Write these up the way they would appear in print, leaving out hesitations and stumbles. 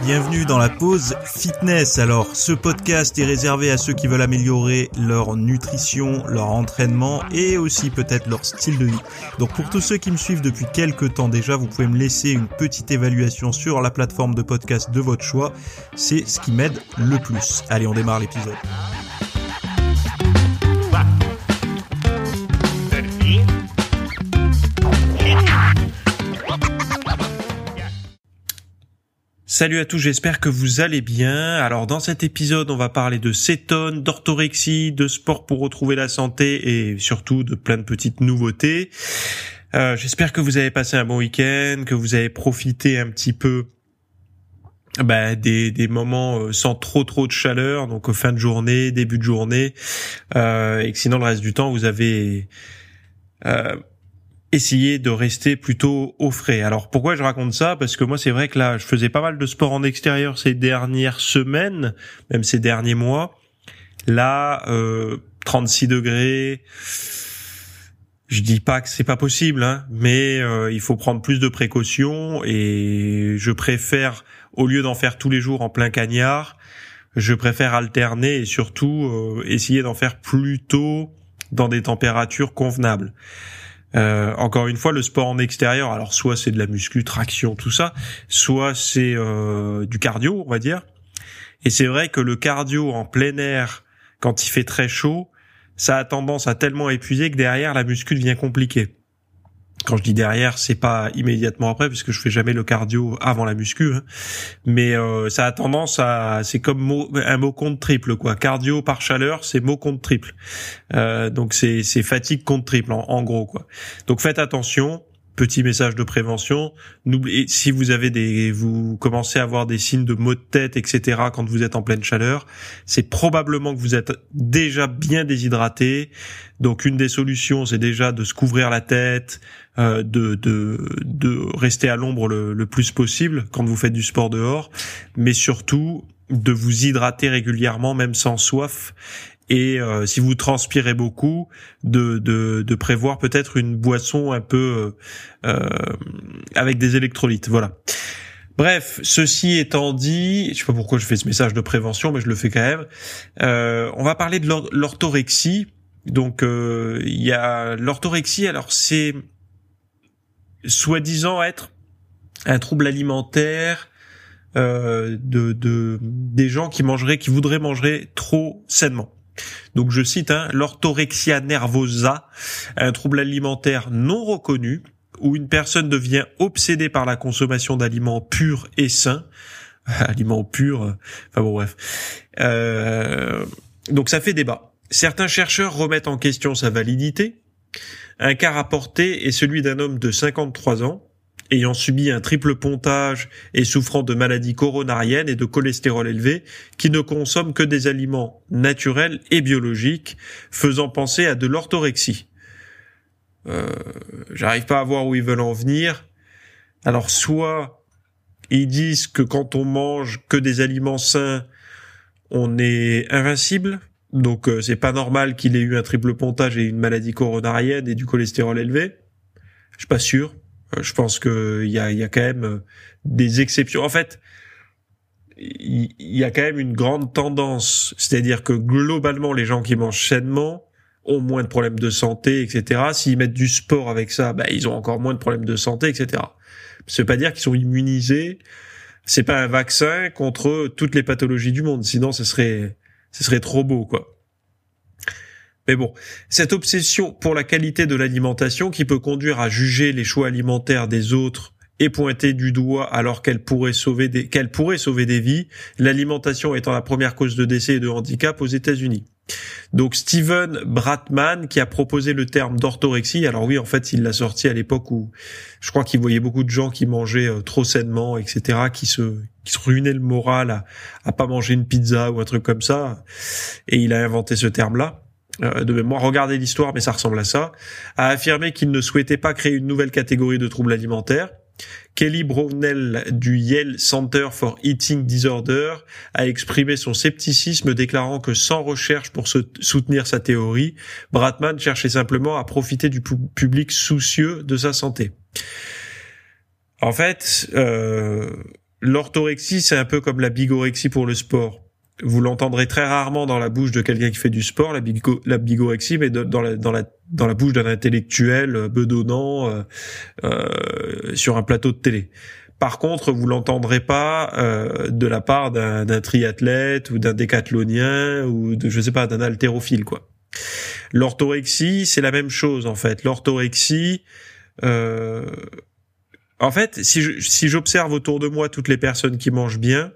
Bienvenue dans la pause fitness. Alors, ce podcast est réservé à ceux qui veulent améliorer leur nutrition, leur entraînement et aussi peut-être leur style de vie. Donc, pour tous ceux qui me suivent depuis quelques temps déjà, vous pouvez me laisser une petite évaluation sur la plateforme de podcast de votre choix. C'est ce qui m'aide le plus. Allez, on démarre l'épisode. Salut à tous, j'espère que vous allez bien. Alors dans cet épisode, on va parler de cétone, d'orthorexie, de sport pour retrouver la santé et surtout de plein de petites nouveautés. J'espère que vous avez passé un bon week-end, que vous avez profité un petit peu des moments sans trop de chaleur, donc fin de journée, début de journée, et que sinon le reste du temps vous avez essayer de rester plutôt au frais. Alors pourquoi je raconte ça ? Parce que moi c'est vrai que là je faisais pas mal de sport en extérieur ces dernières semaines, même ces derniers mois. Là 36 degrés, je dis pas que c'est pas possible, mais il faut prendre plus de précautions et je préfère, au lieu d'en faire tous les jours en plein cagnard, je préfère alterner et surtout essayer d'en faire plutôt dans des températures convenables. Encore une fois, le sport en extérieur, alors soit c'est de la muscu, traction, tout ça, soit c'est du cardio, on va dire. Et c'est vrai que le cardio en plein air, quand il fait très chaud, ça a tendance à tellement épuiser que derrière, la muscu devient compliquée. Quand je dis derrière, c'est pas immédiatement après, puisque je fais jamais le cardio avant la muscu, mais ça a tendance à, c'est comme un mot compte triple, quoi. Cardio par chaleur, c'est mot compte triple. Donc c'est fatigue compte triple, en gros, quoi. Donc faites attention. Petit message de prévention. N'oubliez, si vous commencez à avoir des signes de maux de tête, etc., quand vous êtes en pleine chaleur, c'est probablement que vous êtes déjà bien déshydraté. Donc, une des solutions, c'est déjà de se couvrir la tête, de rester à l'ombre le plus possible quand vous faites du sport dehors, mais surtout de vous hydrater régulièrement, même sans soif. Et si vous transpirez beaucoup, de prévoir peut-être une boisson un peu avec des électrolytes, voilà. Bref, ceci étant dit, je sais pas pourquoi je fais ce message de prévention, mais je le fais quand même. On va parler de l'orthorexie. Donc il y a l'orthorexie, alors c'est soi-disant être un trouble alimentaire des gens qui voudraient manger trop sainement. Donc je cite l'orthorexia nervosa, un trouble alimentaire non reconnu où une personne devient obsédée par la consommation d'aliments purs et sains. Aliments purs, enfin bon bref. Donc ça fait débat. Certains chercheurs remettent en question sa validité. Un cas rapporté est celui d'un homme de 53 ans ayant subi un triple pontage et souffrant de maladies coronariennes et de cholestérol élevé, qui ne consomme que des aliments naturels et biologiques, faisant penser à de l'orthorexie. J'arrive pas à voir où ils veulent en venir. Alors, soit ils disent que quand on mange que des aliments sains, on est invincible, donc c'est pas normal qu'il ait eu un triple pontage et une maladie coronarienne et du cholestérol élevé. Je suis pas sûr. Je pense qu'il y a quand même des exceptions. En fait, il y a quand même une grande tendance, c'est-à-dire que globalement, les gens qui mangent sainement ont moins de problèmes de santé, etc. S'ils mettent du sport avec ça, ils ont encore moins de problèmes de santé, etc. Ça veut pas dire qu'ils sont immunisés. C'est pas un vaccin contre toutes les pathologies du monde. Sinon, ce serait trop beau, quoi. Mais bon, cette obsession pour la qualité de l'alimentation qui peut conduire à juger les choix alimentaires des autres et pointer du doigt alors qu'elle pourrait sauver des vies, l'alimentation étant la première cause de décès et de handicap aux États-Unis. Donc Steven Bratman qui a proposé le terme d'orthorexie, alors oui en fait il l'a sorti à l'époque où je crois qu'il voyait beaucoup de gens qui mangeaient trop sainement, etc., qui se ruinaient le moral à pas manger une pizza ou un truc comme ça, et il a inventé ce terme-là. De mémoire, regardez l'histoire, mais ça ressemble à ça, a affirmé qu'il ne souhaitait pas créer une nouvelle catégorie de troubles alimentaires. Kelly Brownell du Yale Center for Eating Disorder a exprimé son scepticisme, déclarant que sans recherche pour soutenir sa théorie, Bratman cherchait simplement à profiter du public soucieux de sa santé. En fait, l'orthorexie, c'est un peu comme la bigorexie pour le sport. Vous l'entendrez très rarement dans la bouche de quelqu'un qui fait du sport, la bigorexie, mais dans la bouche d'un intellectuel bedonnant sur un plateau de télé. Par contre, vous l'entendrez pas de la part d'un triathlète ou d'un décathlonien ou d'un haltérophile, quoi. L'orthorexie, c'est la même chose en fait. L'orthorexie, en fait, si j'observe autour de moi toutes les personnes qui mangent bien,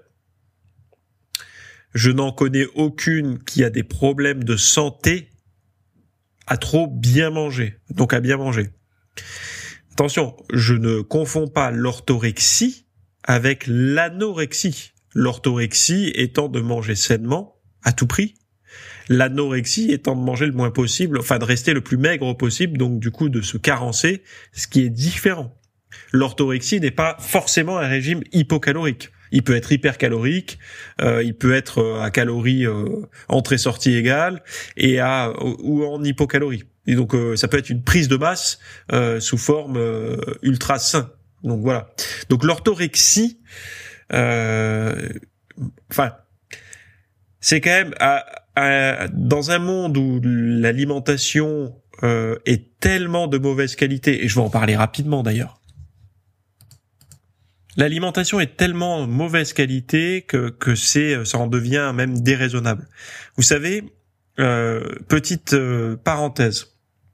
je n'en connais aucune qui a des problèmes de santé à trop bien manger, donc à bien manger. Attention, je ne confonds pas l'orthorexie avec l'anorexie. L'orthorexie étant de manger sainement, à tout prix. L'anorexie étant de manger le moins possible, enfin de rester le plus maigre possible, donc du coup de se carencer, ce qui est différent. L'orthorexie n'est pas forcément un régime hypocalorique. Il peut être hypercalorique, il peut être à calories entrée-sortie égale ou en hypocalorie. Et donc ça peut être une prise de masse sous forme ultra sain. Donc voilà. Donc l'orthorexie, c'est quand même dans un monde où l'alimentation est tellement de mauvaise qualité, et je vais en parler rapidement d'ailleurs. L'alimentation est tellement mauvaise qualité que ça en devient même déraisonnable. Vous savez, petite parenthèse,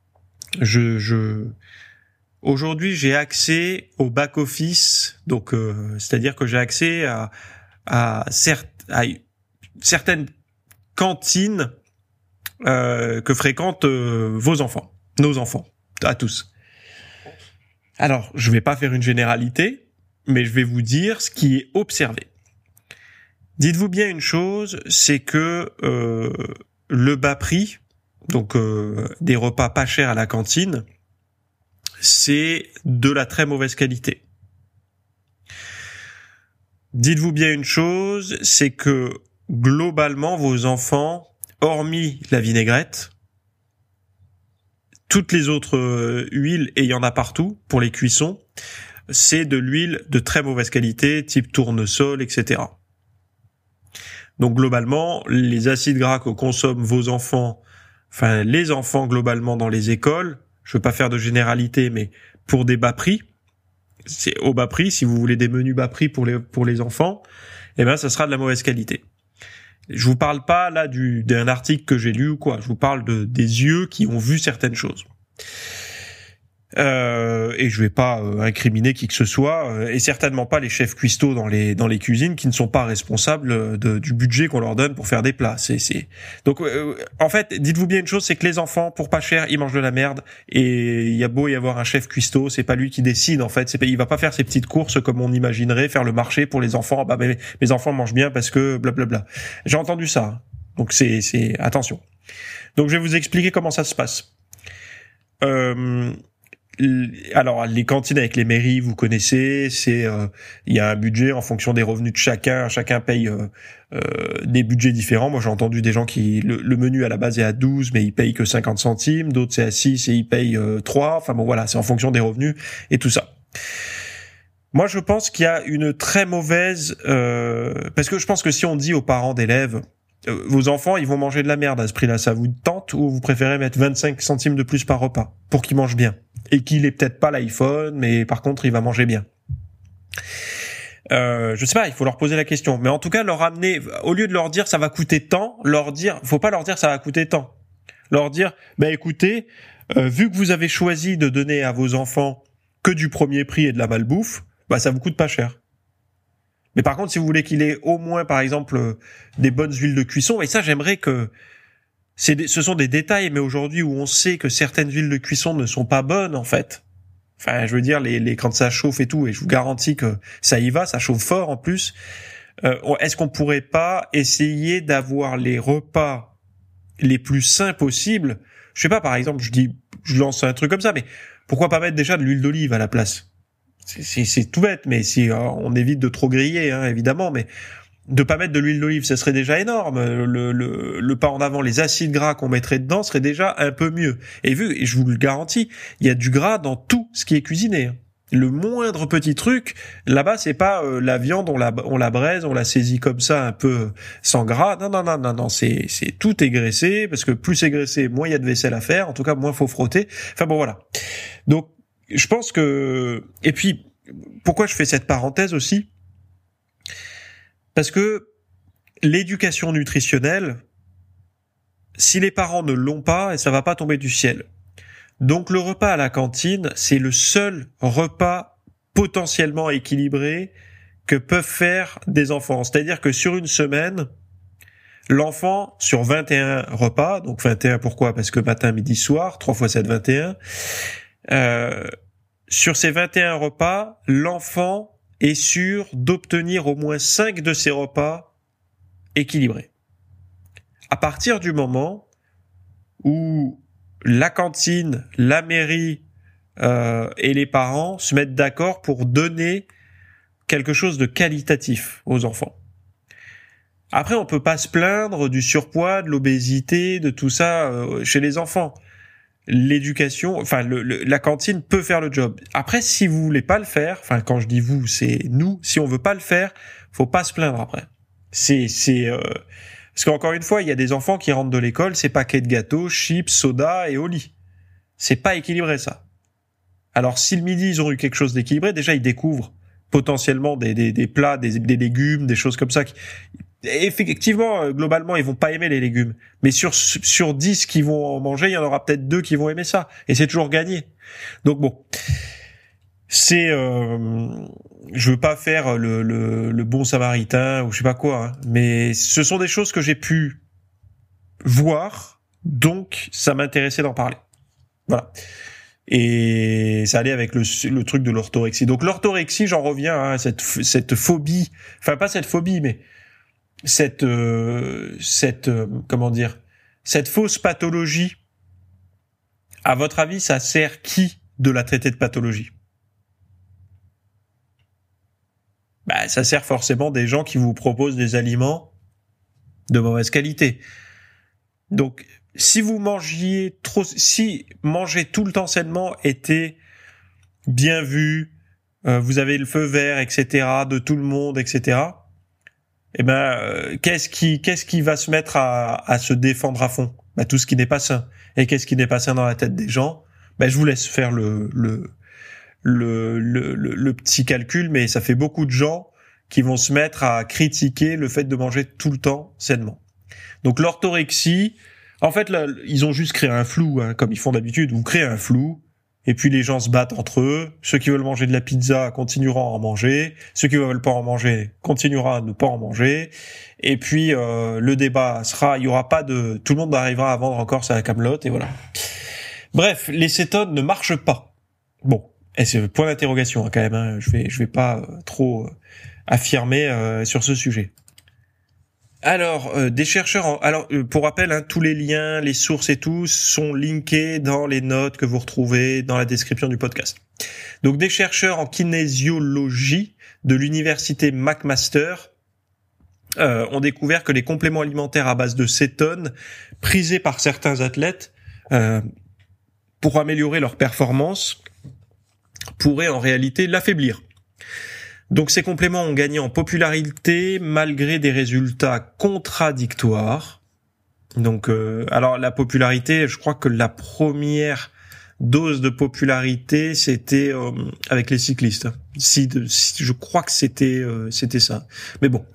aujourd'hui j'ai accès au back office, donc c'est-à-dire que j'ai accès à certaines cantines que fréquentent nos enfants, à tous. Alors, je vais pas faire une généralité, mais je vais vous dire ce qui est observé. Dites-vous bien une chose, c'est que le bas prix, donc des repas pas chers à la cantine, c'est de la très mauvaise qualité. Dites-vous bien une chose, c'est que globalement, vos enfants, hormis la vinaigrette, toutes les autres huiles, et il y en a partout pour les cuissons, c'est de l'huile de très mauvaise qualité, type tournesol, etc. Donc globalement, les acides gras que consomment vos enfants, enfin les enfants globalement dans les écoles, je veux pas faire de généralité, mais pour des bas prix, c'est au bas prix, si vous voulez des menus bas prix pour les enfants, eh ben ça sera de la mauvaise qualité. Je vous parle pas là d'un article que j'ai lu ou quoi, je vous parle des yeux qui ont vu certaines choses. Et je vais pas incriminer qui que ce soit, et certainement pas les chefs cuistots dans les cuisines qui ne sont pas responsables du budget qu'on leur donne pour faire des plats. Donc en fait, dites-vous bien une chose, c'est que les enfants pour pas cher, ils mangent de la merde, et il y a beau y avoir un chef cuistot, c'est pas lui qui décide en fait, il va pas faire ses petites courses comme on imaginerait faire le marché pour les enfants. Bah mes enfants mangent bien parce que blablabla. J'ai entendu ça. Hein. Donc c'est attention. Donc je vais vous expliquer comment ça se passe. Alors les cantines avec les mairies, vous connaissez, il y a un budget en fonction des revenus de chacun paye des budgets différents. Moi j'ai entendu des gens qui le menu à la base est à 12 mais ils payent que 50 centimes, d'autres c'est à 6 et ils payent 3. Enfin bon voilà, c'est en fonction des revenus et tout ça. Moi je pense qu'il y a une très mauvaise parce que je pense que si on dit aux parents d'élèves vos enfants, ils vont manger de la merde à ce prix-là, ça vous tente ou vous préférez mettre 25 centimes de plus par repas pour qu'ils mangent bien et qu'il ait peut-être pas l'iPhone, mais par contre, il va manger bien. Je sais pas, il faut leur poser la question. Mais en tout cas, leur amener, au lieu de leur dire ça va coûter tant, faut pas leur dire ça va coûter tant. Leur dire, écoutez, vu que vous avez choisi de donner à vos enfants que du premier prix et de la malbouffe, ça vous coûte pas cher. Mais par contre, si vous voulez qu'il ait au moins, par exemple, des bonnes huiles de cuisson, et ça, j'aimerais que ce sont des détails, mais aujourd'hui où on sait que certaines huiles de cuisson ne sont pas bonnes, en fait. Enfin, je veux dire, quand ça chauffe et tout, et je vous garantis que ça y va, ça chauffe fort en plus. Est-ce qu'on pourrait pas essayer d'avoir les repas les plus sains possibles? Je sais pas, par exemple, je lance un truc comme ça, mais pourquoi pas mettre déjà de l'huile d'olive à la place? C'est tout bête, mais si on évite de trop griller, hein, évidemment, mais de pas mettre de l'huile d'olive, ça serait déjà énorme. Le pas en avant, les acides gras qu'on mettrait dedans serait déjà un peu mieux. Et je vous le garantis, il y a du gras dans tout ce qui est cuisiné. Le moindre petit truc, là-bas, c'est pas la viande, on la braise, on la saisit comme ça un peu sans gras. Non, c'est tout est graissé, parce que plus c'est graissé, moins il y a de vaisselle à faire. En tout cas, moins faut frotter. Enfin bon, voilà. Donc, je pense que... Et puis, pourquoi je fais cette parenthèse aussi? Parce que l'éducation nutritionnelle, si les parents ne l'ont pas, ça va pas tomber du ciel. Donc le repas à la cantine, c'est le seul repas potentiellement équilibré que peuvent faire des enfants. C'est-à-dire que sur une semaine, l'enfant, sur 21 repas, donc 21 pourquoi? Parce que matin, midi, soir, 3 fois 7, 21, sur ces 21 repas, l'enfant est sûr d'obtenir au moins 5 de ces repas équilibrés. À partir du moment où la cantine, la mairie et les parents se mettent d'accord pour donner quelque chose de qualitatif aux enfants. Après, on peut pas se plaindre du surpoids, de l'obésité, de tout ça chez les enfants. L'éducation, enfin la cantine peut faire le job. Après, si vous voulez pas le faire, enfin quand je dis vous, c'est nous. Si on veut pas le faire, faut pas se plaindre après. Parce qu'encore une fois, il y a des enfants qui rentrent de l'école, c'est paquets de gâteaux, chips, soda et au lit. C'est pas équilibré, ça. Alors, si le midi, ils ont eu quelque chose d'équilibré, déjà, ils découvrent potentiellement des plats, des légumes, des choses comme ça. Effectivement, globalement, ils vont pas aimer les légumes. Mais sur 10 qui vont en manger, il y en aura peut-être 2 qui vont aimer ça. Et c'est toujours gagné. Donc bon. Je veux pas faire le bon samaritain ou je sais pas quoi, hein, mais ce sont des choses que j'ai pu voir, donc ça m'intéressait d'en parler. Voilà. Et ça allait avec le truc de l'orthorexie. Donc l'orthorexie, j'en reviens à cette phobie, enfin pas cette phobie, mais cette fausse pathologie. À votre avis, ça sert qui de la traiter de pathologie? Bah, ça sert forcément des gens qui vous proposent des aliments de mauvaise qualité. Donc, si manger tout le temps sainement était bien vu, vous avez le feu vert, etc., de tout le monde, etc., eh ben, qu'est-ce qui va se mettre à se défendre à fond? Bah, tout ce qui n'est pas sain. Et qu'est-ce qui n'est pas sain dans la tête des gens? Bah, je vous laisse faire le petit calcul, mais ça fait beaucoup de gens qui vont se mettre à critiquer le fait de manger tout le temps sainement. Donc l'orthorexie, en fait, là, ils ont juste créé un flou, hein, comme ils font d'habitude. Vous créez un flou, et puis les gens se battent entre eux. Ceux qui veulent manger de la pizza continueront à en manger. Ceux qui veulent pas en manger continueront à ne pas en manger. Et puis le débat sera, il y aura pas de, tout le monde arrivera à vendre encore sa camelote, et voilà. Bref, les cétones ne marchent pas. Bon. Et c'est point d'interrogation, hein, quand même, hein. Je vais pas trop affirmer sur ce sujet. Alors, des chercheurs... pour rappel, hein, tous les liens, les sources et tout sont linkés dans les notes que vous retrouvez dans la description du podcast. Donc, des chercheurs en kinésiologie de l'université McMaster ont découvert que les compléments alimentaires à base de cétones, prisés par certains athlètes pour améliorer leur performance, pourraient en réalité l'affaiblir. Donc ces compléments ont gagné en popularité malgré des résultats contradictoires. Donc alors la popularité, je crois que la première dose de popularité c'était avec les cyclistes. Si je crois que c'était ça. Mais bon.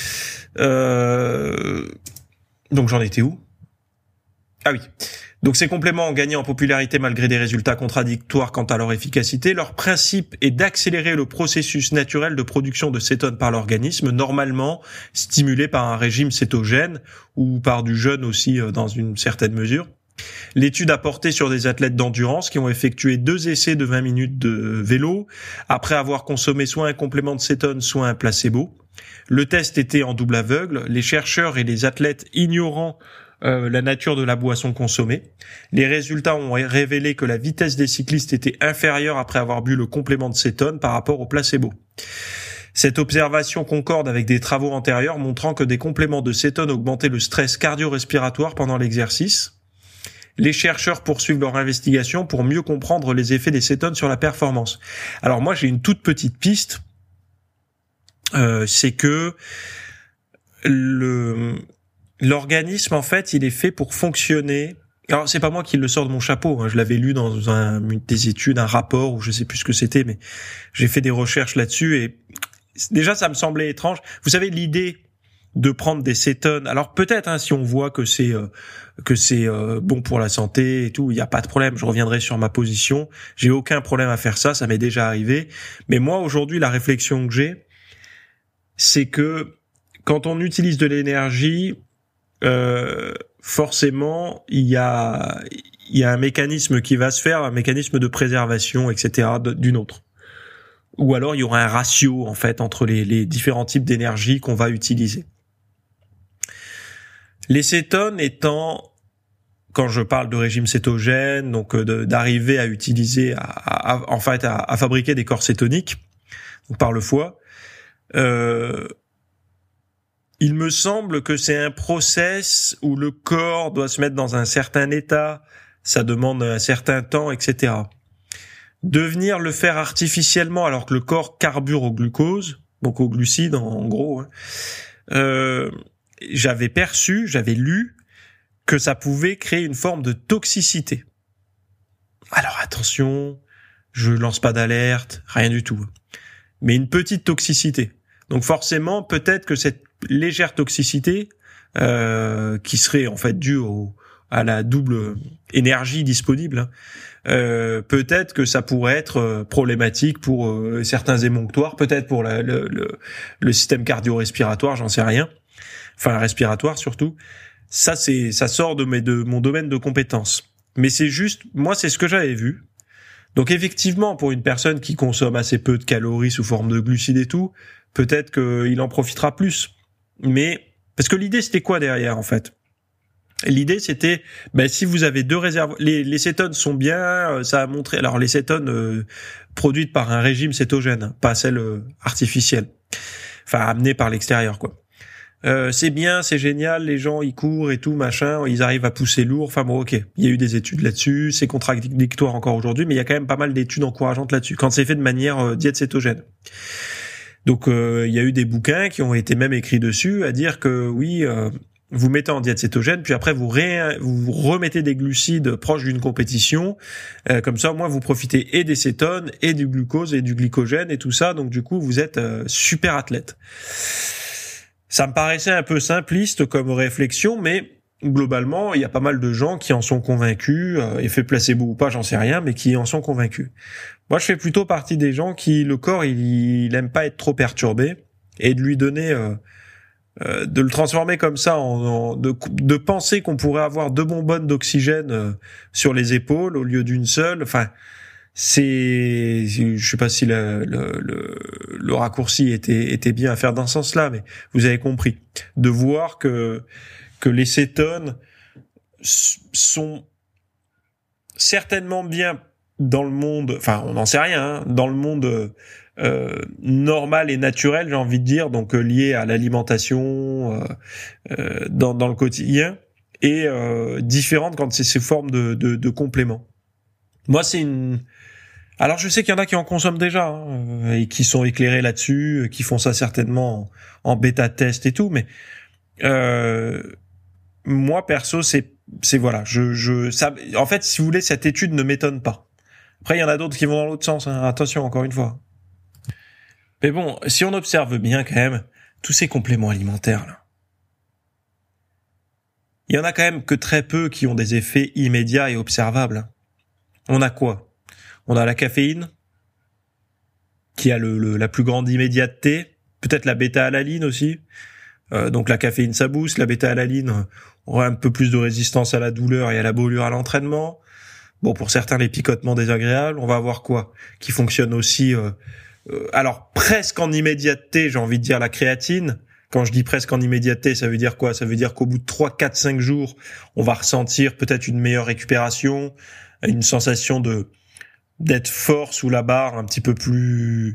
Donc j'en étais où? Ah oui. Donc ces compléments ont gagné en popularité malgré des résultats contradictoires quant à leur efficacité. Leur principe est d'accélérer le processus naturel de production de cétones par l'organisme, normalement stimulé par un régime cétogène ou par du jeûne aussi dans une certaine mesure. L'étude a porté sur des athlètes d'endurance qui ont effectué 2 essais de 20 minutes de vélo après avoir consommé soit un complément de cétone, soit un placebo. Le test était en double aveugle, les chercheurs et les athlètes ignorant la nature de la boisson consommée. Les résultats ont révélé que la vitesse des cyclistes était inférieure après avoir bu le complément de cétone par rapport au placebo. Cette observation concorde avec des travaux antérieurs montrant que des compléments de cétone augmentaient le stress cardio-respiratoire pendant l'exercice. les chercheurs poursuivent leur investigation pour mieux comprendre les effets des cétones sur la performance. Alors moi, j'ai une toute petite piste, c'est que l'organisme, en fait, il est fait pour fonctionner. Alors, c'est pas moi qui le sors de mon chapeau, hein. Je l'avais lu dans une des études, un rapport, ou je sais plus ce que c'était, mais j'ai fait des recherches là-dessus, et déjà, ça me semblait étrange. Vous savez, l'idée de prendre des cétones, alors peut-être, hein, si on voit que c'est bon pour la santé et tout, il y a pas de problème, je reviendrai sur ma position. J'ai aucun problème à faire ça m'est déjà arrivé. Mais moi, aujourd'hui, la réflexion que j'ai, c'est que quand on utilise de l'énergie, forcément, il y a un mécanisme qui va se faire, un mécanisme de préservation, etc., d'une autre. Ou alors, il y aura un ratio, en fait, entre les différents types d'énergie qu'on va utiliser. Les cétones étant, quand je parle de régime cétogène, donc d'arriver à utiliser, en fait, à fabriquer des corps cétoniques, donc par le foie, il me semble que c'est un process où le corps doit se mettre dans un certain état, ça demande un certain temps, etc. De venir le faire artificiellement alors que le corps carbure au glucose, donc au glucide en gros, hein, j'avais lu que ça pouvait créer une forme de toxicité. Alors attention, je lance pas d'alerte, rien du tout. Mais une petite toxicité. Donc forcément, peut-être que cette légère toxicité, qui serait en fait due à la double énergie disponible, peut-être que ça pourrait être problématique pour certains émonctoires, peut-être pour le système cardio-respiratoire, j'en sais rien. Enfin, respiratoire surtout. Ça sort de mon domaine de compétences. Mais c'est juste, moi, c'est ce que j'avais vu. Donc effectivement, pour une personne qui consomme assez peu de calories sous forme de glucides et tout, peut-être qu'il en profitera plus. Mais parce que l'idée, c'était quoi derrière, en fait? L'idée, c'était, si vous avez deux réserves, les cétones sont bien, ça a montré. Alors les cétones produites par un régime cétogène, pas celles artificielles, enfin amenées par l'extérieur, quoi. C'est bien, c'est génial, les gens ils courent et tout machin, ils arrivent à pousser lourd. Enfin bon, ok, il y a eu des études là-dessus, c'est contradictoire encore aujourd'hui, mais il y a quand même pas mal d'études encourageantes là-dessus quand c'est fait de manière diète cétogène. Donc il y a eu des bouquins qui ont été même écrits dessus à dire que oui, vous mettez en diète cétogène, puis après vous remettez des glucides proches d'une compétition, comme ça au moins vous profitez et des cétones et du glucose et du glycogène et tout ça, donc du coup vous êtes super athlète. Ça me paraissait un peu simpliste comme réflexion, mais globalement, il y a pas mal de gens qui en sont convaincus, effet placebo ou pas, j'en sais rien, mais qui en sont convaincus. Moi, je fais plutôt partie des gens qui, le corps, il aime pas être trop perturbé, et de lui donner, de le transformer comme ça, de penser qu'on pourrait avoir 2 bonbonnes d'oxygène sur les épaules au lieu d'une seule, enfin... je sais pas si le raccourci était bien à faire dans ce sens-là, mais vous avez compris. De voir que les cétones sont certainement bien dans le monde, enfin, on n'en sait rien, hein, dans le monde normal et naturel, j'ai envie de dire, donc lié à l'alimentation, dans le quotidien, et différentes quand c'est ces formes de compléments. Moi, alors je sais qu'il y en a qui en consomment déjà, hein, et qui sont éclairés là-dessus, qui font ça certainement en bêta-test et tout, mais moi perso c'est voilà, ça, en fait, si vous voulez, cette étude ne m'étonne pas. Après il y en a d'autres qui vont dans l'autre sens, hein, attention encore une fois. Mais bon, si on observe bien quand même tous ces compléments alimentaires là, il y en a quand même que très peu qui ont des effets immédiats et observables. On a quoi ? On a la caféine, qui a la plus grande immédiateté, peut-être la bêta-alanine aussi. Donc la caféine, ça booste, la bêta-alanine aura un peu plus de résistance à la douleur et à la brûlure à l'entraînement. Bon, pour certains, les picotements désagréables. On va avoir quoi ? Qui fonctionne aussi, alors presque en immédiateté, j'ai envie de dire la créatine. Quand je dis presque en immédiateté, ça veut dire quoi ? Ça veut dire qu'au bout de 3, 4, 5 jours, on va ressentir peut-être une meilleure récupération, une sensation d'être fort sous la barre, un peu plus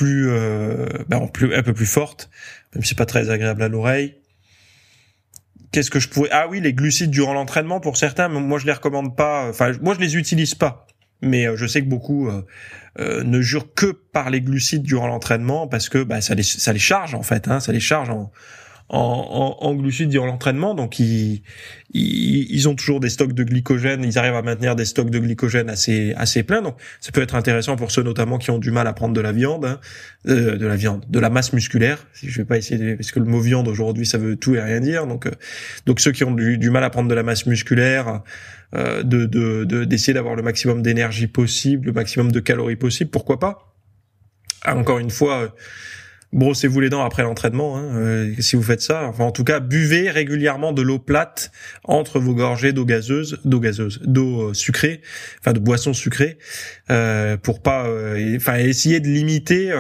forte, même si c'est pas très agréable à l'oreille. Qu'est-ce que je pourrais... Ah oui, les glucides durant l'entraînement, pour certains, moi je les recommande pas. Enfin, moi je les utilise pas. Mais je sais que beaucoup ne jurent que par les glucides durant l'entraînement parce que ça les charge en fait, hein, ça les charge en glucides durant l'entraînement, donc ils ont toujours des stocks de glycogène, ils arrivent à maintenir des stocks de glycogène assez pleins, donc ça peut être intéressant pour ceux notamment qui ont du mal à prendre de la viande, hein, de la masse musculaire. Si je vais pas essayer parce que le mot viande aujourd'hui ça veut tout et rien dire, donc ceux qui ont du mal à prendre de la masse musculaire, d'essayer d'avoir le maximum d'énergie possible, le maximum de calories possible, pourquoi pas. Encore une fois, brossez-vous les dents après l'entraînement, hein, si vous faites ça. Enfin, en tout cas, buvez régulièrement de l'eau plate entre vos gorgées d'eau sucrée, enfin de boissons sucrées, pour pas, essayer de limiter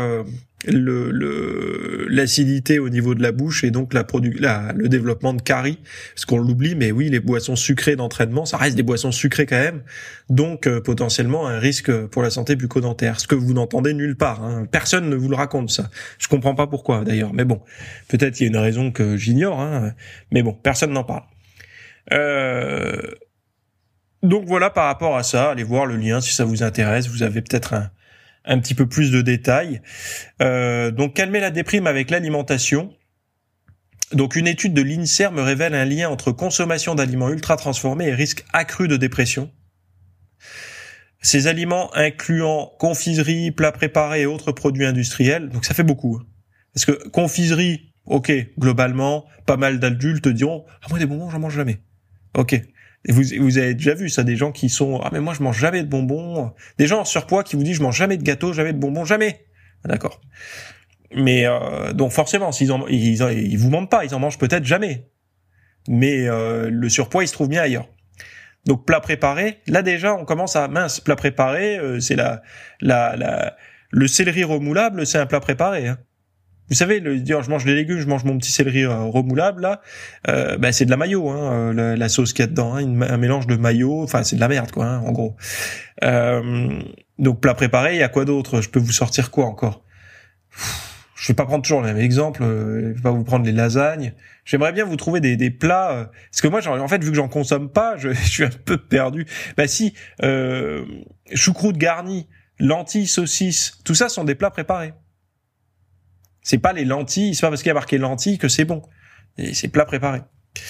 l'acidité au niveau de la bouche et donc le développement de caries, parce qu'on l'oublie, mais oui, les boissons sucrées d'entraînement, ça reste des boissons sucrées quand même, donc potentiellement un risque pour la santé bucco-dentaire, ce que vous n'entendez nulle part, hein. Personne ne vous le raconte ça. Je comprends pas pourquoi d'ailleurs, mais bon, peut-être il y a une raison que j'ignore, hein, mais bon, personne n'en parle. Donc voilà, par rapport à ça, allez voir le lien si ça vous intéresse, vous avez peut-être un petit peu plus de détails. Donc calmer la déprime avec l'alimentation. Donc une étude de l'INSERM révèle un lien entre consommation d'aliments ultra transformés et risque accru de dépression. Ces aliments incluant confiserie, plats préparés et autres produits industriels, donc ça fait beaucoup. Parce que confiserie, ok, globalement, pas mal d'adultes diront « Ah moi des bonbons, j'en mange jamais ». Ok. Et vous avez déjà vu ça, des gens qui sont « Ah mais moi je mange jamais de bonbons ». Des gens en surpoids qui vous disent « Je mange jamais de gâteaux, jamais de bonbons, jamais ». D'accord. Mais donc forcément, ils vous mentent pas, ils en mangent peut-être jamais. Mais le surpoids, il se trouve bien ailleurs. Donc plat préparé, là déjà on commence à plat préparé, c'est le céleri remoulable, c'est un plat préparé, hein. Vous savez, dire je mange des légumes, je mange mon petit céleri remoulable là, c'est de la mayo, hein, la sauce qu'il y a dedans, hein, un mélange de mayo, enfin c'est de la merde quoi, hein, en gros. Donc plat préparé, il y a quoi d'autre? Je peux vous sortir quoi encore? Je vais pas prendre toujours le même exemple, je vais pas vous prendre les lasagnes. J'aimerais bien vous trouver des plats, parce que moi en fait vu que j'en consomme pas, je suis un peu perdu. Choucroute garnie, lentilles, saucisses, tout ça sont des plats préparés. C'est pas les lentilles, c'est pas parce qu'il y a marqué lentilles que c'est bon. Et c'est plat préparé.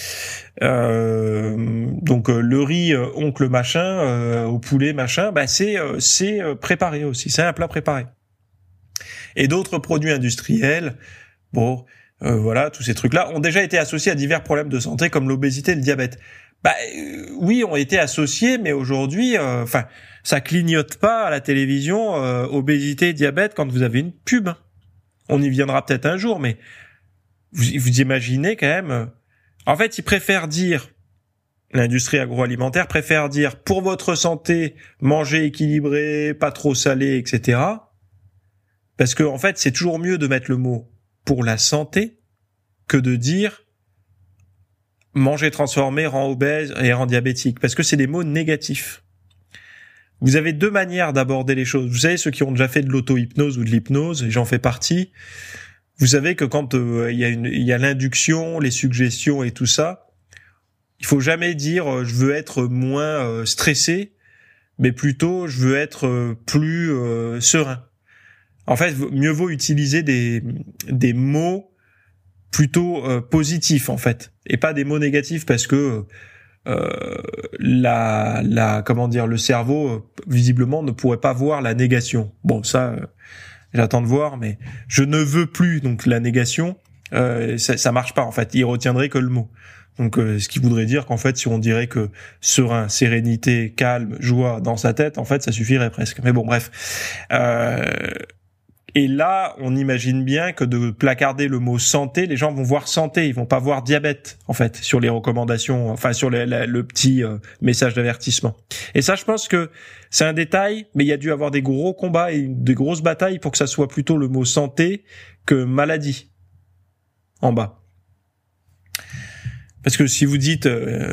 Donc le riz oncle machin au poulet machin, c'est préparé aussi, c'est un plat préparé. Et d'autres produits industriels, voilà, tous ces trucs-là ont déjà été associés à divers problèmes de santé comme l'obésité et le diabète. Oui, ont été associés, mais aujourd'hui, ça clignote pas à la télévision obésité, diabète quand vous avez une pub. On y viendra peut-être un jour, mais vous imaginez quand même. En fait, ils préfèrent dire, l'industrie agroalimentaire préfère dire pour votre santé, mangez équilibré, pas trop salé, etc. Parce que en fait, c'est toujours mieux de mettre le mot pour la santé que de dire manger transformé rend obèse et rend diabétique, parce que c'est des mots négatifs. Vous avez deux manières d'aborder les choses. Vous savez, ceux qui ont déjà fait de l'auto-hypnose ou de l'hypnose, et j'en fais partie, vous savez que quand il y a l'induction, les suggestions et tout ça, il faut jamais dire je veux être moins stressé, mais plutôt je veux être plus serein. En fait, mieux vaut utiliser des mots plutôt positifs en fait, et pas des mots négatifs, parce que le cerveau visiblement ne pourrait pas voir la négation. Bon, ça j'attends de voir, mais je ne veux plus donc la négation, ça marche pas en fait, il retiendrait que le mot. Donc ce qui voudrait dire qu'en fait si on dirait que serein, sérénité, calme, joie dans sa tête, en fait ça suffirait presque. Mais bon bref. Et là, on imagine bien que de placarder le mot santé, les gens vont voir santé, ils vont pas voir diabète, en fait, sur les recommandations, enfin sur le petit message d'avertissement. Et ça, je pense que c'est un détail, mais il y a dû avoir des gros combats et des grosses batailles pour que ça soit plutôt le mot santé que maladie en bas. Parce que si vous dites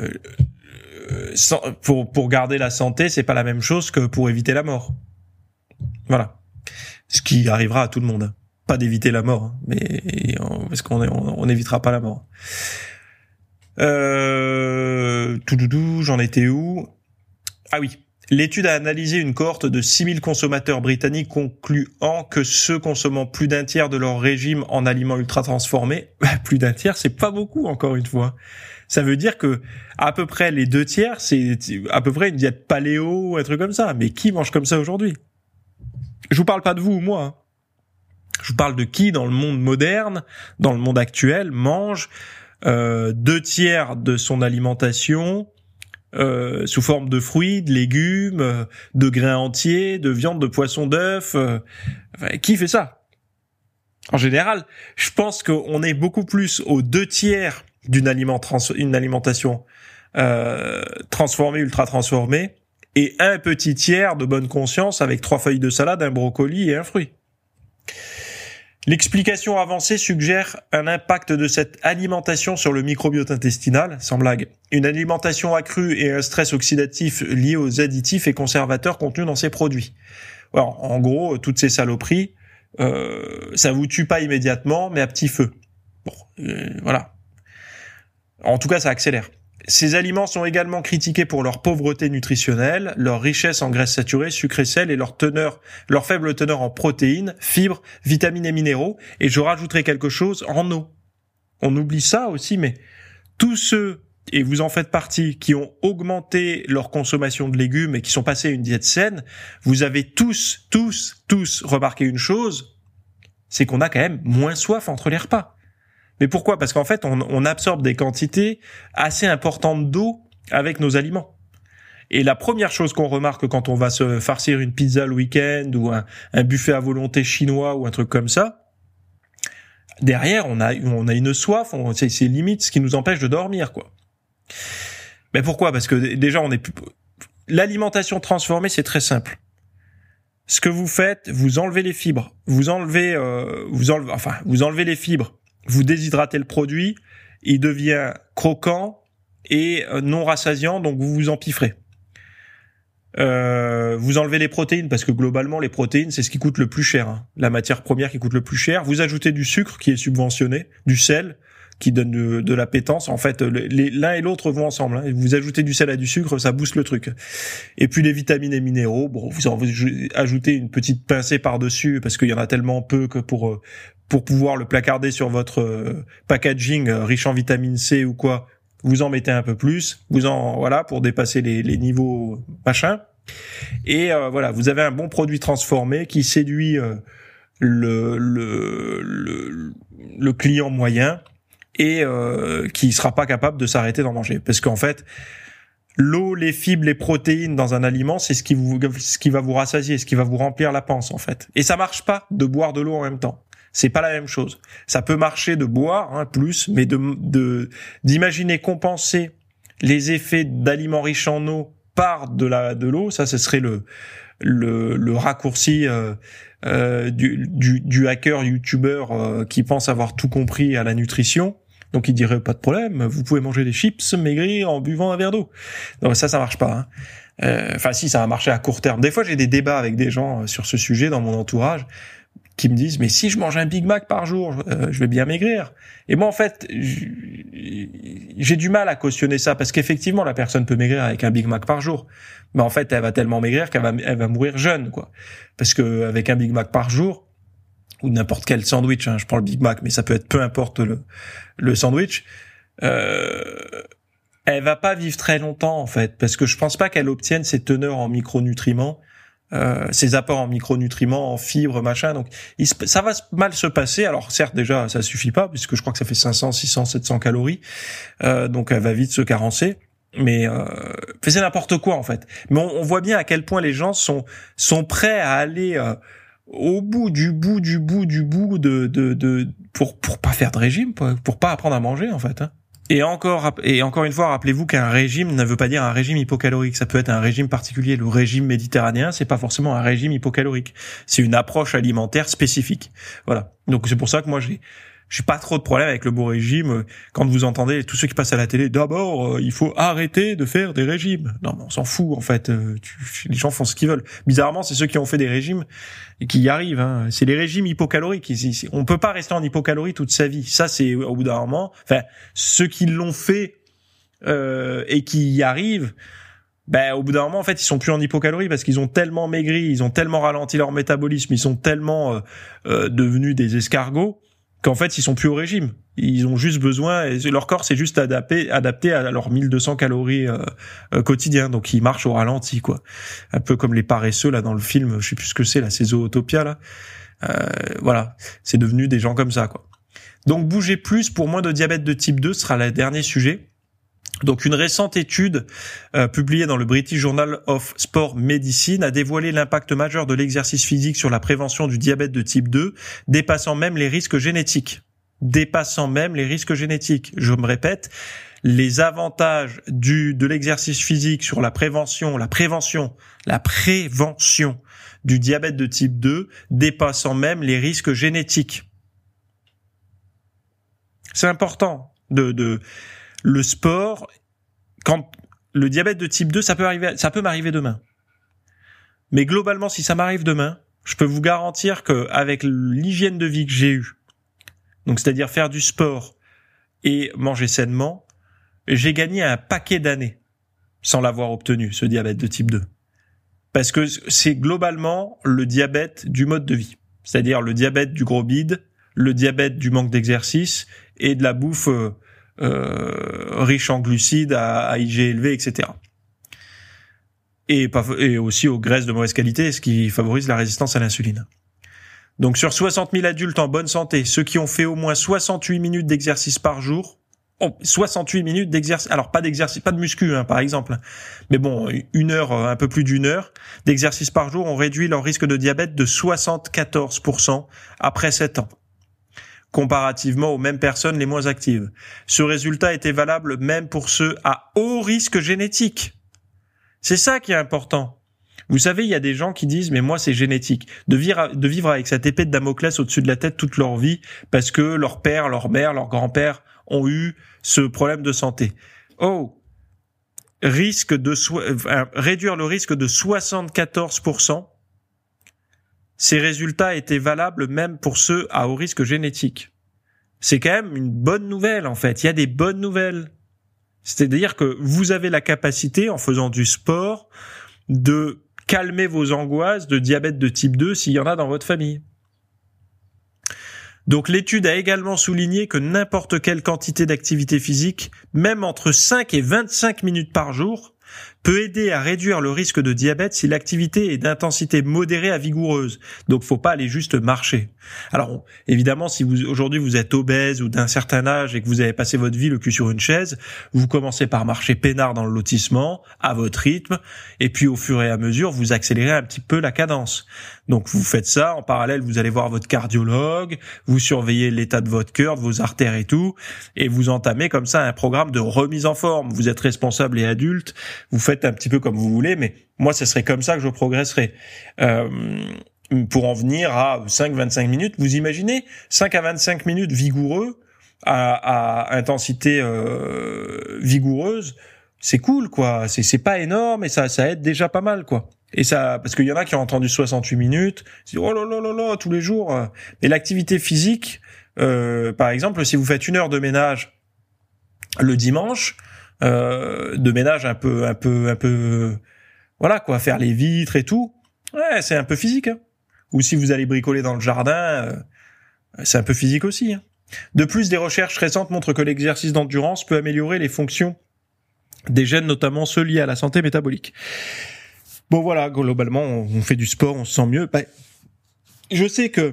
pour garder la santé, c'est pas la même chose que pour éviter la mort. Voilà. Ce qui arrivera à tout le monde, hein. Pas d'éviter la mort, hein, mais parce qu'on n'évitera pas la mort. J'en étais où? Ah oui. L'étude a analysé une cohorte de 6000 consommateurs britanniques concluant que ceux consommant plus d'un tiers de leur régime en aliments ultra transformés, plus d'un tiers, c'est pas beaucoup encore une fois. Ça veut dire que à peu près les 2 tiers, c'est à peu près une diète paléo, un truc comme ça. Mais qui mange comme ça aujourd'hui? Je vous parle pas de vous ou moi, hein. Je vous parle de qui dans le monde moderne, dans le monde actuel, mange 2 tiers de son alimentation sous forme de fruits, de légumes, de grains entiers, de viande, de poisson, d'œufs. Qui fait ça? En général, je pense qu'on est beaucoup plus aux 2 tiers d'une alimentation transformée, ultra transformée, et un petit tiers de bonne conscience avec 3 feuilles de salade, un brocoli et un fruit. L'explication avancée suggère un impact de cette alimentation sur le microbiote intestinal, sans blague. Une alimentation accrue et un stress oxydatif lié aux additifs et conservateurs contenus dans ces produits. Alors, en gros, toutes ces saloperies, ça vous tue pas immédiatement, mais à petit feu. Bon, voilà. En tout cas, ça accélère. Ces aliments sont également critiqués pour leur pauvreté nutritionnelle, leur richesse en graisses saturées, sucres et sel et leur faible teneur en protéines, fibres, vitamines et minéraux. Et je rajouterai quelque chose en eau. On oublie ça aussi, mais tous ceux, et vous en faites partie, qui ont augmenté leur consommation de légumes et qui sont passés à une diète saine, vous avez tous remarqué une chose, c'est qu'on a quand même moins soif entre les repas. Mais pourquoi? Parce qu'en fait, on absorbe des quantités assez importantes d'eau avec nos aliments. Et la première chose qu'on remarque quand on va se farcir une pizza le week-end ou un buffet à volonté chinois ou un truc comme ça, derrière, on a une soif, c'est limite ce qui nous empêche de dormir, quoi. Mais pourquoi? Parce que déjà, l'alimentation transformée, c'est très simple. Ce que vous faites, vous enlevez les fibres, vous enlevez les fibres. Vous déshydratez le produit, il devient croquant et non rassasiant, donc vous vous empiffrez. Vous enlevez les protéines, parce que globalement, les protéines, c'est ce qui coûte le plus cher, hein. La matière première qui coûte le plus cher. Vous ajoutez du sucre qui est subventionné, du sel qui donne de l'appétence. En fait, l'un et l'autre vont ensemble, hein. Vous ajoutez du sel à du sucre, ça booste le truc. Et puis les vitamines et minéraux, bon, vous ajoutez une petite pincée par-dessus, parce qu'il y en a tellement peu que pour pouvoir le placarder sur votre packaging riche en vitamine C ou quoi, vous en mettez un peu plus, pour dépasser les niveaux machin. Et voilà, vous avez un bon produit transformé qui séduit le client moyen et qui sera pas capable de s'arrêter d'en manger, parce qu'en fait, l'eau, les fibres, les protéines dans un aliment, c'est ce qui va vous rassasier, ce qui va vous remplir la panse en fait. Et ça marche pas de boire de l'eau en même temps. C'est pas la même chose. Ça peut marcher de boire, plus, mais d'imaginer compenser les effets d'aliments riches en eau par de l'eau, ça, ce serait le raccourci du hacker youtubeur qui pense avoir tout compris à la nutrition. Donc il dirait pas de problème, vous pouvez manger des chips, maigrir en buvant un verre d'eau. Non, ça marche pas, hein. Si, ça va marcher à court terme. Des fois, j'ai des débats avec des gens sur ce sujet dans mon entourage, qui me disent, mais si je mange un Big Mac par jour, je vais bien maigrir. Et moi, en fait, j'ai du mal à cautionner ça, parce qu'effectivement, la personne peut maigrir avec un Big Mac par jour. Mais en fait, elle va tellement maigrir elle va mourir jeune, quoi. Parce que avec un Big Mac par jour, ou n'importe quel sandwich, je prends le Big Mac, mais ça peut être peu importe le sandwich, elle va pas vivre très longtemps, en fait, parce que je pense pas qu'elle obtienne ses teneurs en micronutriments, ses apports en micronutriments, en fibres, machin. Donc, ça va mal se passer. Alors, certes, déjà, ça suffit pas, puisque je crois que ça fait 500, 600, 700 calories. Donc, elle va vite se carencer. Mais c'est n'importe quoi, en fait. Mais on voit bien à quel point les gens sont prêts à aller au bout pour pas faire de régime, pour pas apprendre à manger, en fait, hein. Et encore une fois, rappelez-vous qu'un régime ne veut pas dire un régime hypocalorique. Ça peut être un régime particulier. Le régime méditerranéen, c'est pas forcément un régime hypocalorique. C'est une approche alimentaire spécifique. Voilà. Donc c'est pour ça que moi j'ai pas trop de problème avec le mot régime. Quand vous entendez tous ceux qui passent à la télé, d'abord, il faut arrêter de faire des régimes. Non, mais on s'en fout, en fait. Les gens font ce qu'ils veulent. Bizarrement, c'est ceux qui ont fait des régimes et qui y arrivent, hein. C'est les régimes hypocaloriques. On peut pas rester en hypocalorie toute sa vie. Ça, c'est au bout d'un moment. Enfin, ceux qui l'ont fait et qui y arrivent, ben au bout d'un moment en fait ils sont plus en hypocalorie parce qu'ils ont tellement maigri, ils ont tellement ralenti leur métabolisme, ils sont tellement devenus des escargots qu'en fait ils sont plus au régime. Ils ont juste besoin, et leur corps c'est juste adapté à leurs 1200 calories quotidiens, donc ils marchent au ralenti quoi. Un peu comme les paresseux là dans le film, je sais plus ce que c'est là, c'est Zootopia là. Voilà, c'est devenu des gens comme ça quoi. Donc bouger plus pour moins de diabète de type 2 sera le dernier sujet. Donc une récente étude publiée dans le British Journal of Sport Medicine a dévoilé l'impact majeur de l'exercice physique sur la prévention du diabète de type 2, dépassant même les risques génétiques. Je me répète, les avantages de l'exercice physique sur la prévention du diabète de type 2 dépassant même les risques génétiques. C'est important le sport, quand le diabète de type 2, ça peut m'arriver demain. Mais globalement, si ça m'arrive demain, je peux vous garantir que avec l'hygiène de vie que j'ai eue, donc c'est-à-dire faire du sport et manger sainement, j'ai gagné un paquet d'années sans l'avoir obtenu, ce diabète de type 2. Parce que c'est globalement le diabète du mode de vie. C'est-à-dire le diabète du gros bide, le diabète du manque d'exercice et de la bouffe riche en glucides à IG élevé, etc. Et aussi aux graisses de mauvaise qualité, ce qui favorise la résistance à l'insuline. Donc sur 60 000 adultes en bonne santé, ceux qui ont fait au moins 68 minutes d'exercice par jour, 68 minutes d'exercice, alors pas de muscu par exemple, mais bon, un peu plus d'une heure d'exercice par jour ont réduit leur risque de diabète de 74% après 7 ans. Comparativement aux mêmes personnes les moins actives. Ce résultat était valable même pour ceux à haut risque génétique. C'est ça qui est important. Vous savez, il y a des gens qui disent « mais moi c'est génétique ». De vivre avec cette épée de Damoclès au-dessus de la tête toute leur vie parce que leur père, leur mère, leur grand-père ont eu ce problème de santé. Réduire le risque de 74%. Ces résultats étaient valables même pour ceux à haut risque génétique. C'est quand même une bonne nouvelle, en fait. Il y a des bonnes nouvelles. C'est-à-dire que vous avez la capacité, en faisant du sport, de calmer vos angoisses de diabète de type 2 s'il y en a dans votre famille. Donc l'étude a également souligné que n'importe quelle quantité d'activité physique, même entre 5 et 25 minutes par jour, peut aider à réduire le risque de diabète si l'activité est d'intensité modérée à vigoureuse. Donc faut pas aller juste marcher. Alors évidemment, si aujourd'hui vous êtes obèse ou d'un certain âge et que vous avez passé votre vie le cul sur une chaise, vous commencez par marcher peinard dans le lotissement, à votre rythme, et puis au fur et à mesure, vous accélérez un petit peu la cadence. Donc vous faites ça, en parallèle vous allez voir votre cardiologue, vous surveillez l'état de votre cœur, de vos artères et tout, et vous entamez comme ça un programme de remise en forme. Vous êtes responsable et adulte, vous faites un petit peu comme vous voulez, mais moi ce serait comme ça que je progresserais. Pour en venir à 5-25 minutes, vous imaginez 5 à 25 minutes vigoureux, à intensité vigoureuse, c'est cool quoi, c'est pas énorme et ça aide déjà pas mal quoi. Et ça, parce qu'il y en a qui ont entendu 68 minutes, ils disent oh là là là là tous les jours. Et l'activité physique, par exemple, si vous faites 1 heure de ménage le dimanche, de ménage un peu, voilà quoi, faire les vitres et tout, ouais, c'est un peu physique. Ou si vous allez bricoler dans le jardin, c'est un peu physique aussi. De plus, des recherches récentes montrent que l'exercice d'endurance peut améliorer les fonctions des gènes, notamment ceux liés à la santé métabolique. Bon voilà, globalement, on fait du sport, on se sent mieux. Je sais que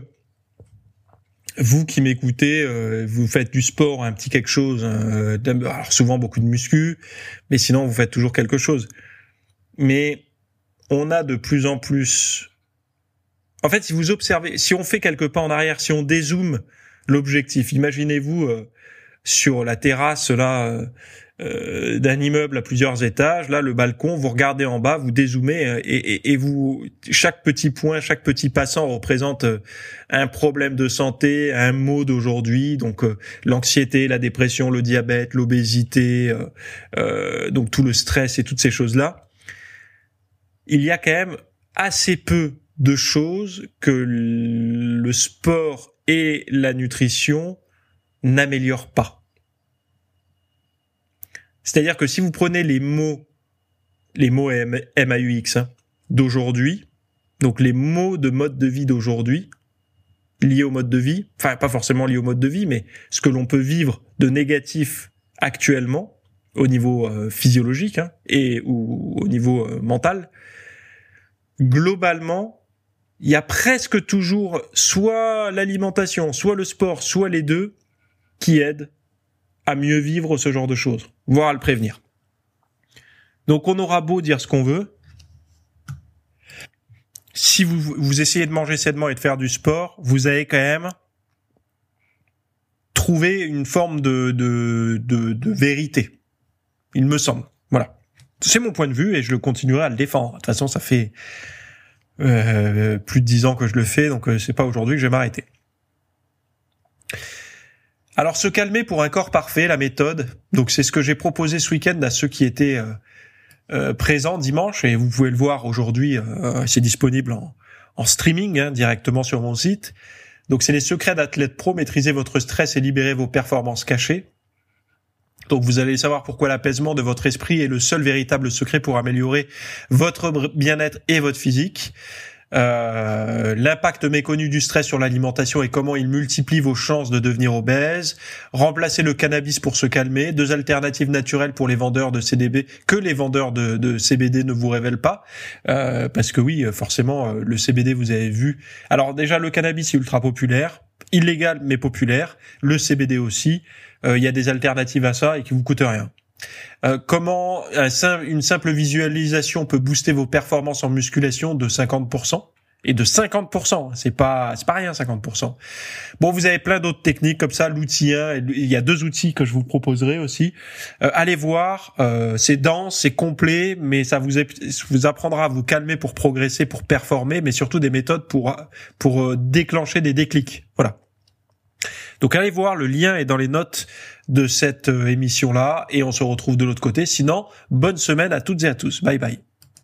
vous qui m'écoutez, vous faites du sport, un petit quelque chose, alors souvent beaucoup de muscu, mais sinon vous faites toujours quelque chose. Mais on a de plus en plus... En fait, si vous observez, si on fait quelques pas en arrière, si on dézoome l'objectif, imaginez-vous sur la terrasse là d'un immeuble à plusieurs étages, là le balcon, vous regardez en bas, vous dézoomez et vous, chaque petit point, chaque petit passant représente un problème de santé, un mot d'aujourd'hui, donc l'anxiété, la dépression, le diabète, l'obésité, donc tout le stress et toutes ces choses-là. Il y a quand même assez peu de choses que le sport et la nutrition n'améliorent pas. C'est-à-dire que si vous prenez les mots MAUX d'aujourd'hui, donc les mots de mode de vie d'aujourd'hui, liés au mode de vie, enfin pas forcément liés au mode de vie, mais ce que l'on peut vivre de négatif actuellement, au niveau physiologique ou au niveau mental, globalement, il y a presque toujours soit l'alimentation, soit le sport, soit les deux qui aident à mieux vivre ce genre de choses, voire à le prévenir. Donc on aura beau dire ce qu'on veut, si vous essayez de manger sainement et de faire du sport, vous allez quand même trouver une forme de vérité, il me semble. Voilà. C'est mon point de vue et je continuerai à le défendre. De toute façon, ça fait plus de 10 ans que je le fais, donc c'est pas aujourd'hui que je vais m'arrêter. Alors, se calmer pour un corps parfait, la méthode. Donc, c'est ce que j'ai proposé ce week-end à ceux qui étaient présents dimanche, et vous pouvez le voir aujourd'hui, c'est disponible en streaming directement sur mon site. Donc, c'est les secrets d'athlète pro, maîtriser votre stress et libérer vos performances cachées. Donc, vous allez savoir pourquoi l'apaisement de votre esprit est le seul véritable secret pour améliorer votre bien-être et votre physique. L'impact méconnu du stress sur l'alimentation et comment il multiplie vos chances de devenir obèse. Remplacer le cannabis pour se calmer. 2 alternatives naturelles pour les vendeurs de CBD que les vendeurs de CBD ne vous révèlent pas. Parce que oui, forcément, le CBD, vous avez vu. Alors déjà, le cannabis est ultra populaire. Illégal, mais populaire. Le CBD aussi. Il y a des alternatives à ça et qui vous coûtent rien. Comment une simple visualisation peut booster vos performances en musculation de 50%, et de 50%, c'est pas rien 50%. Bon, vous avez plein d'autres techniques comme ça, l'outil 1, il y a 2 outils que je vous proposerai aussi. Allez voir, c'est dense, c'est complet, mais ça vous apprendra à vous calmer pour progresser, pour performer, mais surtout des méthodes pour déclencher des déclics. Voilà. Donc allez voir, le lien est dans les notes de cette émission-là et on se retrouve de l'autre côté. Sinon, bonne semaine à toutes et à tous. Bye bye.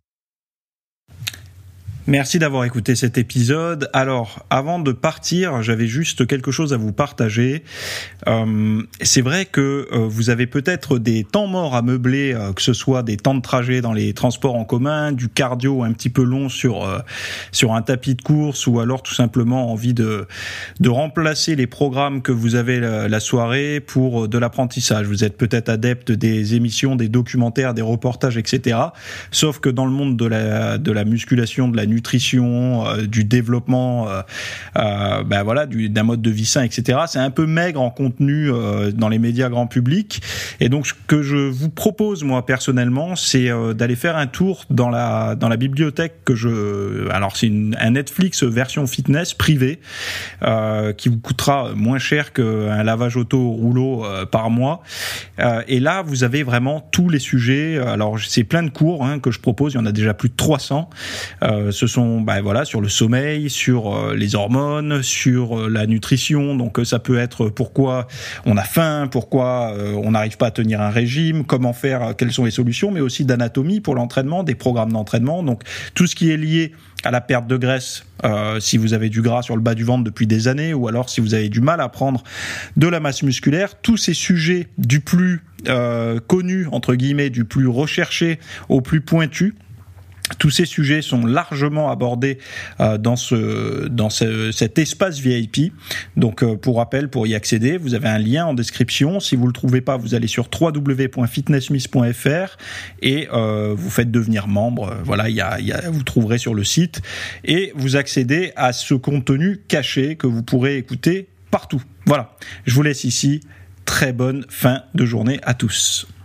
Merci d'avoir écouté cet épisode. Alors, avant de partir, j'avais juste quelque chose à vous partager. C'est vrai que vous avez peut-être des temps morts à meubler, que ce soit des temps de trajet dans les transports en commun, du cardio un petit peu long sur un tapis de course, ou alors tout simplement envie de remplacer les programmes que vous avez la soirée pour de l'apprentissage. Vous êtes peut-être adepte des émissions, des documentaires, des reportages, etc. Sauf que dans le monde de la musculation, de la nutrition, du développement, d'un mode de vie sain, etc. C'est un peu maigre en contenu dans les médias grand public. Et donc, ce que je vous propose, moi, personnellement, c'est d'aller faire un tour dans la bibliothèque alors, c'est un Netflix version fitness privée, qui vous coûtera moins cher qu'un lavage auto au rouleau par mois. Et là, vous avez vraiment tous les sujets. Alors, c'est plein de cours que je propose. Il y en a déjà plus de 300. Ce sont sur le sommeil, sur les hormones, sur la nutrition. Donc ça peut être pourquoi on a faim, pourquoi on n'arrive pas à tenir un régime, comment faire, quelles sont les solutions, mais aussi d'anatomie pour l'entraînement, des programmes d'entraînement. Donc tout ce qui est lié à la perte de graisse, si vous avez du gras sur le bas du ventre depuis des années, ou alors si vous avez du mal à prendre de la masse musculaire, tous ces sujets du plus connu, entre guillemets, du plus recherché au plus pointu, tous ces sujets sont largement abordés dans cet espace VIP. Donc, pour rappel, pour y accéder, vous avez un lien en description. Si vous le trouvez pas, vous allez sur www.fitnessmiss.fr et vous faites devenir membre. Voilà, vous trouverez sur le site et vous accédez à ce contenu caché que vous pourrez écouter partout. Voilà, je vous laisse ici. Très bonne fin de journée à tous.